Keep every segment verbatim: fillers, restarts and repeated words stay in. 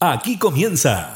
Aquí comienza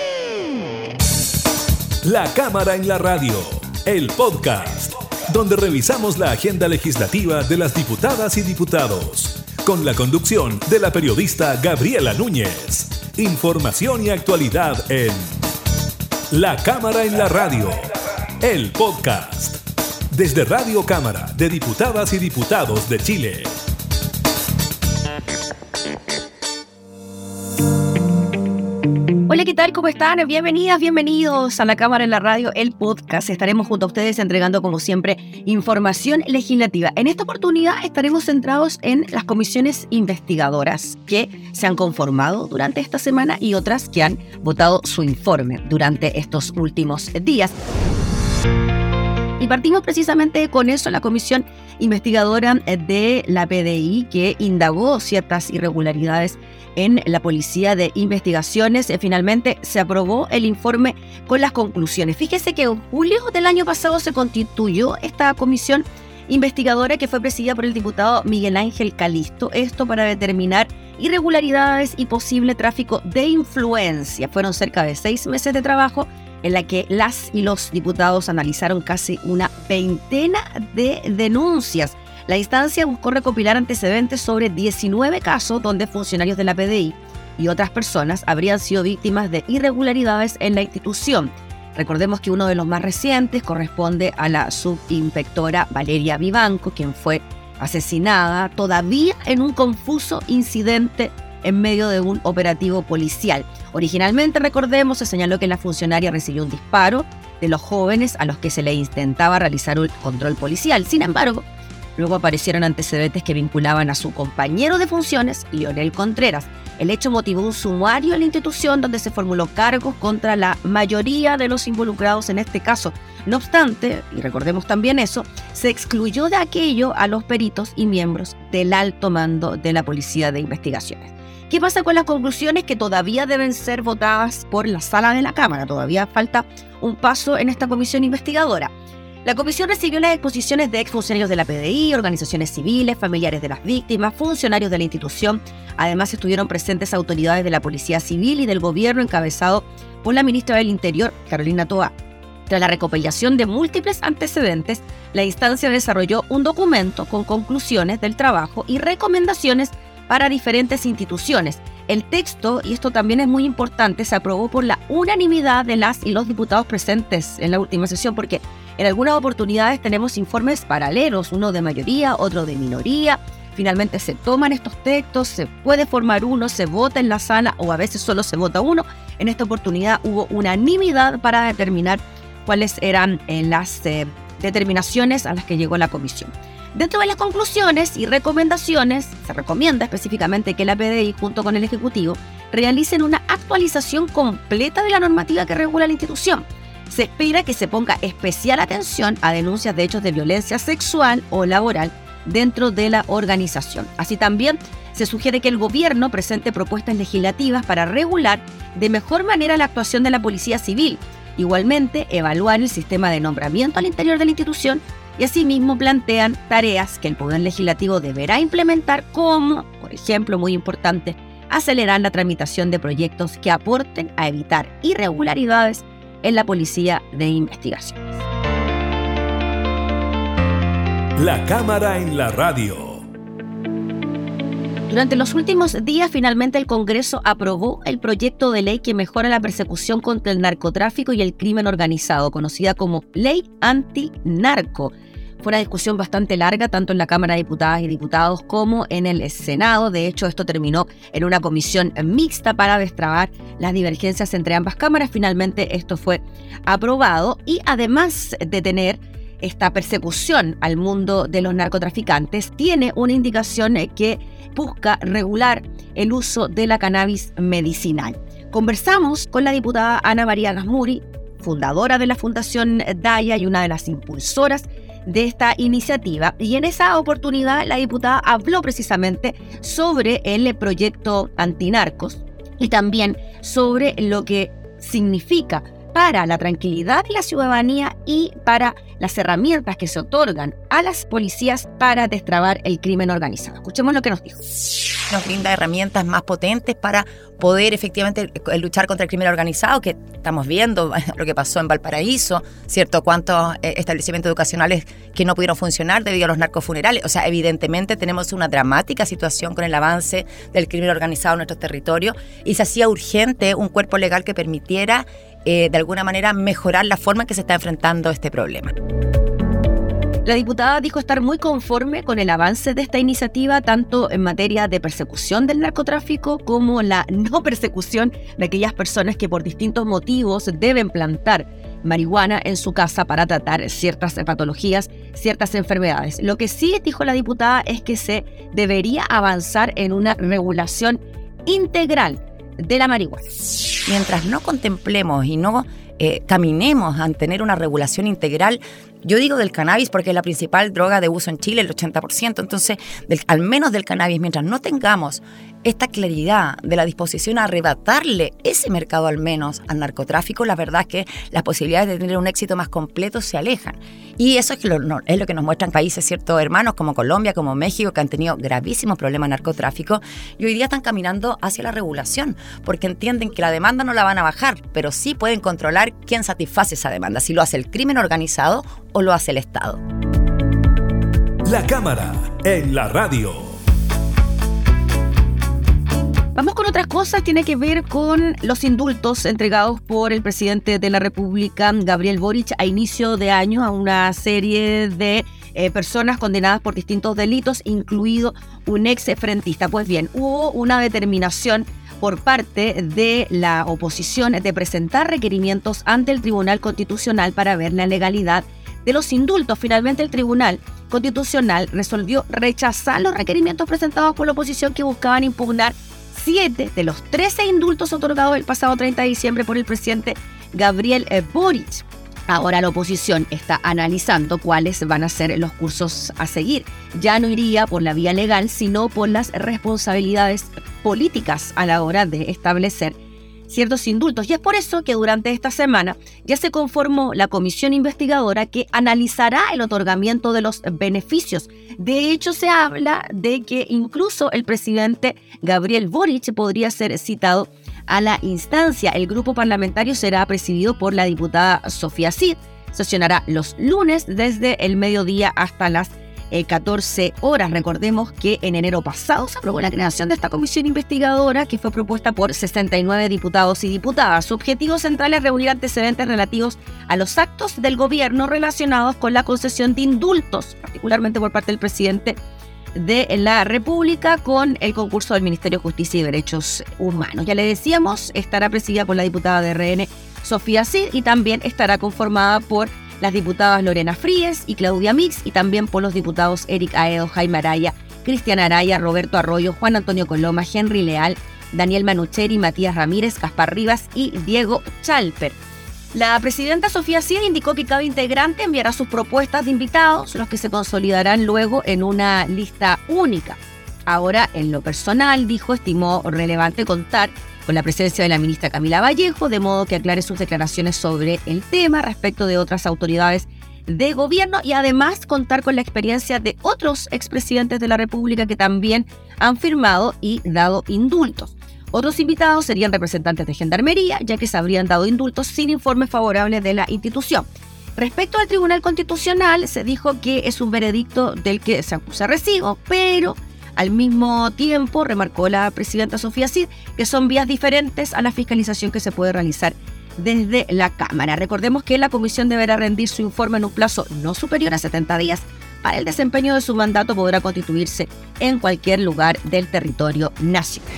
La Cámara en la Radio, el podcast, donde revisamos la agenda legislativa de las diputadas y diputados, con la conducción de la periodista Gabriela Núñez. Información y actualidad en La Cámara en la Radio, el podcast, desde Radio Cámara de Diputadas y Diputados de Chile. Hola, ¿qué tal? ¿Cómo están? Bienvenidas, bienvenidos a La Cámara en la Radio, el podcast. Estaremos junto a ustedes entregando, como siempre, información legislativa. En esta oportunidad estaremos centrados en las comisiones investigadoras que se han conformado durante esta semana y otras que han votado su informe durante estos últimos días. Y partimos precisamente con eso, la comisión investigadora de la P D I, que indagó ciertas irregularidades en la Policía de Investigaciones. Finalmente se aprobó el informe con las conclusiones. Fíjese que en julio del año pasado se constituyó esta comisión investigadora que fue presidida por el diputado Miguel Ángel Calisto. Esto para determinar irregularidades y posible tráfico de influencia. Fueron cerca de seis meses de trabajo en la que las y los diputados analizaron casi una veintena de denuncias. La instancia buscó recopilar antecedentes sobre diecinueve casos donde funcionarios de la P D I y otras personas habrían sido víctimas de irregularidades en la institución. Recordemos que uno de los más recientes corresponde a la subinspectora Valeria Vivanco, quien fue asesinada todavía en un confuso incidente en medio de un operativo policial. Originalmente, recordemos, se señaló que la funcionaria recibió un disparo de los jóvenes a los que se le intentaba realizar un control policial. Sin embargo, luego aparecieron antecedentes que vinculaban a su compañero de funciones, Leonel Contreras. El hecho motivó un sumario en la institución donde se formuló cargos contra la mayoría de los involucrados en este caso. No obstante, y recordemos también eso, se excluyó de aquello a los peritos y miembros del alto mando de la Policía de Investigaciones. ¿Qué pasa con las conclusiones que todavía deben ser votadas por la sala de la Cámara? Todavía falta un paso en esta comisión investigadora. La comisión recibió las exposiciones de exfuncionarios de la P D I, organizaciones civiles, familiares de las víctimas, funcionarios de la institución. Además, estuvieron presentes autoridades de la Policía Civil y del Gobierno, encabezado por la ministra del Interior, Carolina Toá. Tras la recopilación de múltiples antecedentes, la instancia desarrolló un documento con conclusiones del trabajo y recomendaciones para diferentes instituciones. El texto, y esto también es muy importante, se aprobó por la unanimidad de las y los diputados presentes en la última sesión, porque en algunas oportunidades tenemos informes paralelos, uno de mayoría, otro de minoría. Finalmente se toman estos textos, se puede formar uno, se vota en la sala o a veces solo se vota uno. En esta oportunidad hubo unanimidad para determinar cuáles eran eh, las eh, determinaciones a las que llegó la comisión. Dentro de las conclusiones y recomendaciones, se recomienda específicamente que la P D I, junto con el Ejecutivo, realicen una actualización completa de la normativa que regula la institución. Se espera que se ponga especial atención a denuncias de hechos de violencia sexual o laboral dentro de la organización. Así también se sugiere que el gobierno presente propuestas legislativas para regular de mejor manera la actuación de la Policía Civil. Igualmente, evaluar el sistema de nombramiento al interior de la institución y asimismo plantean tareas que el Poder Legislativo deberá implementar como, por ejemplo, muy importante, acelerar la tramitación de proyectos que aporten a evitar irregularidades en la Policía de Investigaciones. La Cámara en la Radio. Durante los últimos días, finalmente el Congreso aprobó el proyecto de ley que mejora la persecución contra el narcotráfico y el crimen organizado, conocida como Ley Antinarco. Fue una discusión bastante larga, tanto en la Cámara de Diputadas y Diputados como en el Senado. De hecho, esto terminó en una comisión mixta para destrabar las divergencias entre ambas cámaras. Finalmente, esto fue aprobado y además de tener esta persecución al mundo de los narcotraficantes, tiene una indicación que busca regular el uso de la cannabis medicinal. Conversamos con la diputada Ana María Gasmuri, fundadora de la Fundación Daya y una de las impulsoras de esta iniciativa, y en esa oportunidad la diputada habló precisamente sobre el proyecto Antinarcos y también sobre lo que significa para la tranquilidad de la ciudadanía y para las herramientas que se otorgan a las policías para destrabar el crimen organizado. Escuchemos lo que nos dijo. Nos brinda herramientas más potentes para poder efectivamente luchar contra el crimen organizado, que estamos viendo lo que pasó en Valparaíso, ¿cierto? Cuántos establecimientos educacionales que no pudieron funcionar debido a los narcofunerales. O sea, evidentemente tenemos una dramática situación con el avance del crimen organizado en nuestros territorios y se hacía urgente un cuerpo legal que permitiera, eh, de alguna manera, mejorar la forma en que se está enfrentando este problema. La diputada dijo estar muy conforme con el avance de esta iniciativa, tanto en materia de persecución del narcotráfico como la no persecución de aquellas personas que por distintos motivos deben plantar marihuana en su casa para tratar ciertas patologías, ciertas enfermedades. Lo que sí dijo la diputada es que se debería avanzar en una regulación integral de la marihuana. Mientras no contemplemos y no eh, caminemos a tener una regulación integral, yo digo del cannabis porque es la principal droga de uso en Chile, el ochenta por ciento. Entonces, del, al menos del cannabis, mientras no tengamos esta claridad de la disposición a arrebatarle ese mercado al menos al narcotráfico, la verdad es que las posibilidades de tener un éxito más completo se alejan. Y eso es lo, no, es lo que nos muestran países, ciertos hermanos como Colombia, como México, que han tenido gravísimos problemas de narcotráfico y hoy día están caminando hacia la regulación porque entienden que la demanda no la van a bajar, pero sí pueden controlar quién satisface esa demanda, si lo hace el crimen organizado o lo hace el Estado. La Cámara en la radio. Vamos con otras cosas, tiene que ver con los indultos entregados por el presidente de la República, Gabriel Boric, a inicio de año a una serie de eh, personas condenadas por distintos delitos, incluido un ex frentista. Pues bien, hubo una determinación por parte de la oposición de presentar requerimientos ante el Tribunal Constitucional para ver la legalidad de los indultos. Finalmente, el Tribunal Constitucional resolvió rechazar los requerimientos presentados por la oposición que buscaban impugnar siete de los trece indultos otorgados el pasado treinta de diciembre por el presidente Gabriel Boric. Ahora la oposición está analizando cuáles van a ser los cursos a seguir. Ya no iría por la vía legal, sino por las responsabilidades políticas a la hora de establecer ciertos indultos. Y es por eso que durante esta semana ya se conformó la comisión investigadora que analizará el otorgamiento de los beneficios. De hecho, se habla de que incluso el presidente Gabriel Boric podría ser citado a la instancia. El grupo parlamentario será presidido por la diputada Sofía Cid. Sesionará los lunes desde el mediodía hasta las Eh, catorce horas. Recordemos que en enero pasado se aprobó la creación de esta comisión investigadora que fue propuesta por sesenta y nueve diputados y diputadas. Su objetivo central es reunir antecedentes relativos a los actos del gobierno relacionados con la concesión de indultos, particularmente por parte del presidente de la República, con el concurso del Ministerio de Justicia y Derechos Humanos. Ya le decíamos, estará presidida por la diputada de R N, Sofía Cid, y también estará conformada por las diputadas Lorena Fríes y Claudia Mix, y también por los diputados Eric Aedo, Jaime Araya, Cristian Araya, Roberto Arroyo, Juan Antonio Coloma, Henry Leal, Daniel Manucheri, Matías Ramírez, Gaspar Rivas y Diego Chalper. La presidenta Sofía Cid indicó que cada integrante enviará sus propuestas de invitados, los que se consolidarán luego en una lista única. Ahora, en lo personal, dijo, estimó relevante contar con la presencia de la ministra Camila Vallejo, de modo que aclare sus declaraciones sobre el tema respecto de otras autoridades de gobierno y además contar con la experiencia de otros expresidentes de la República que también han firmado y dado indultos. Otros invitados serían representantes de Gendarmería, ya que se habrían dado indultos sin informe favorable de la institución. Respecto al Tribunal Constitucional, se dijo que es un veredicto del que se acusa recibo, pero al mismo tiempo, remarcó la presidenta Sofía Cid, que son vías diferentes a la fiscalización que se puede realizar desde la Cámara. Recordemos que la comisión deberá rendir su informe en un plazo no superior a setenta días. Para el desempeño de su mandato podrá constituirse en cualquier lugar del territorio nacional.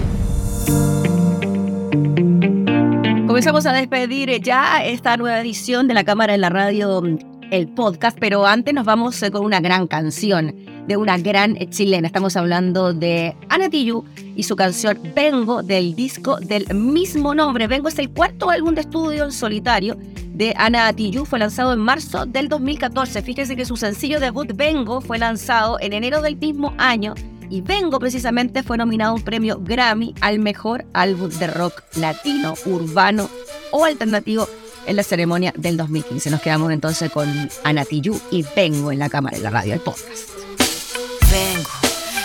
Comenzamos a despedir ya esta nueva edición de La Cámara en la Radio, el podcast, pero antes nos vamos con una gran canción de una gran chilena. Estamos hablando de Ana Tijoux y su canción Vengo, del disco del mismo nombre. Vengo es el cuarto álbum de estudio en solitario de Ana Tijoux. Fue lanzado en marzo del dos mil catorce. Fíjense que su sencillo debut Vengo fue lanzado en enero del mismo año y Vengo precisamente fue nominado a un premio Grammy al mejor álbum de rock latino, urbano o alternativo en la ceremonia del dos mil quince. Nos quedamos entonces con Ana Tijoux y Vengo en La Cámara en la Radio, el podcast. Vengo,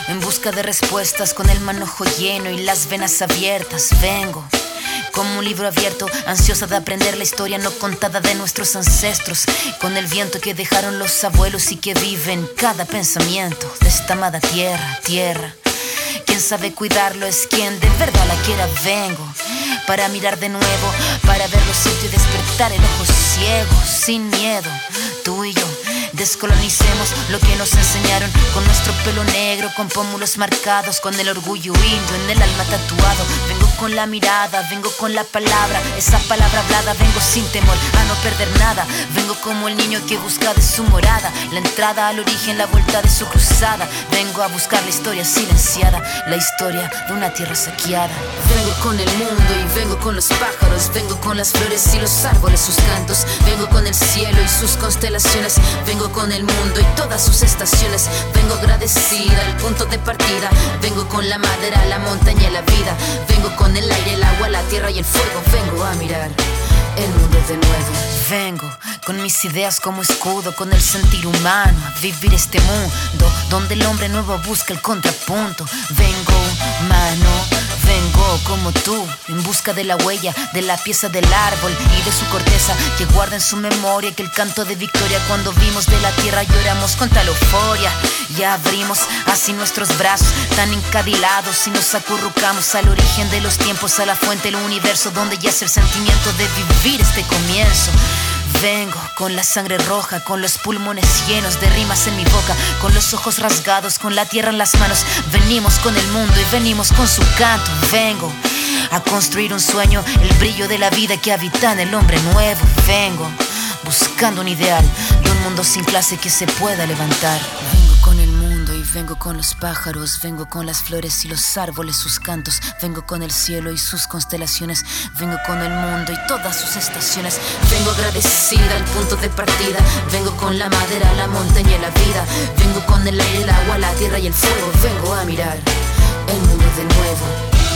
en busca de respuestas, con el manojo lleno y las venas abiertas. Vengo como un libro abierto, ansiosa de aprender la historia no contada de nuestros ancestros, con el viento que dejaron los abuelos y que vive en cada pensamiento de esta amada tierra, tierra. Quien sabe cuidarlo es quien de verdad la quiera. Vengo para mirar de nuevo, para ver lo cierto y despertar el ojo ciego, sin miedo. Tú y yo descolonicemos lo que nos enseñaron, con nuestro pelo negro, con pómulos marcados, con el orgullo indio en el alma tatuado. Vengo con la mirada, vengo con la palabra, esa palabra hablada. Vengo sin temor a no perder nada. Vengo como el niño que busca de su morada la entrada al origen, la vuelta de su cruzada. Vengo a buscar la historia silenciada, la historia de una tierra saqueada. Vengo con el mundo y vengo con los pájaros, vengo con las flores y los árboles, sus cantos. Vengo con el cielo y sus constelaciones, vengo con el mundo y todas sus estaciones. Vengo agradecida al punto de partida, vengo con la madera, la montaña y la vida. Vengo con el aire, el agua, la tierra y el fuego. Vengo a mirar el mundo de nuevo. Vengo con mis ideas como escudo, con el sentir humano, a vivir este mundo donde el hombre nuevo busca el contrapunto. Vengo humano, vengo como tú, en busca de la huella, de la pieza del árbol y de su corteza, que guarda en su memoria que el canto de victoria cuando vimos de la tierra lloramos con tal euforia. Y abrimos así nuestros brazos tan encadilados y nos acurrucamos al origen de los tiempos, a la fuente del universo donde yace el sentimiento de vivir este comienzo. Vengo con la sangre roja, con los pulmones llenos de rimas en mi boca, con los ojos rasgados, con la tierra en las manos. Venimos con el mundo y venimos con su canto. Vengo a construir un sueño, el brillo de la vida que habita en el hombre nuevo. Vengo buscando un ideal de un mundo sin clase que se pueda levantar. Vengo con el mundo y vengo con los pájaros, vengo con las flores y los árboles, sus cantos. Vengo con el cielo y sus constelaciones, vengo con el mundo y todas sus estaciones. Vengo agradecida al punto de partida, vengo con la madera, la montaña y la vida. Vengo con el aire, el agua, la tierra y el fuego. Vengo a mirar el mundo de nuevo.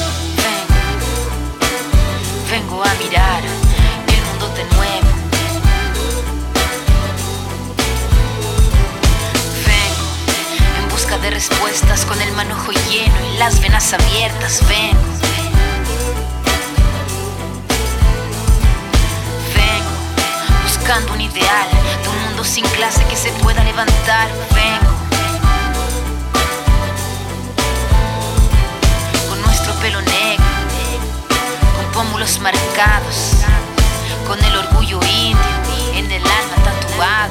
Vengo, vengo a mirar el mundo de nuevo. De respuestas con el manojo lleno y las venas abiertas. Vengo, vengo buscando un ideal de un mundo sin clase que se pueda levantar. Vengo con nuestro pelo negro, con pómulos marcados, con el orgullo indio en el alma tatuado.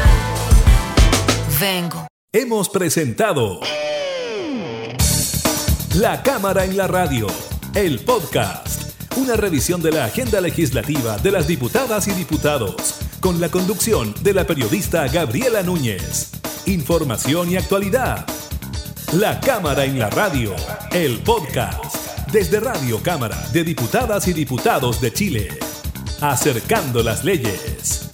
Vengo. Hemos presentado La Cámara en la Radio, el podcast, una revisión de la agenda legislativa de las diputadas y diputados, con la conducción de la periodista Gabriela Núñez. Información y actualidad. La Cámara en la Radio, el podcast, desde Radio Cámara de Diputadas y Diputados de Chile, acercando las leyes.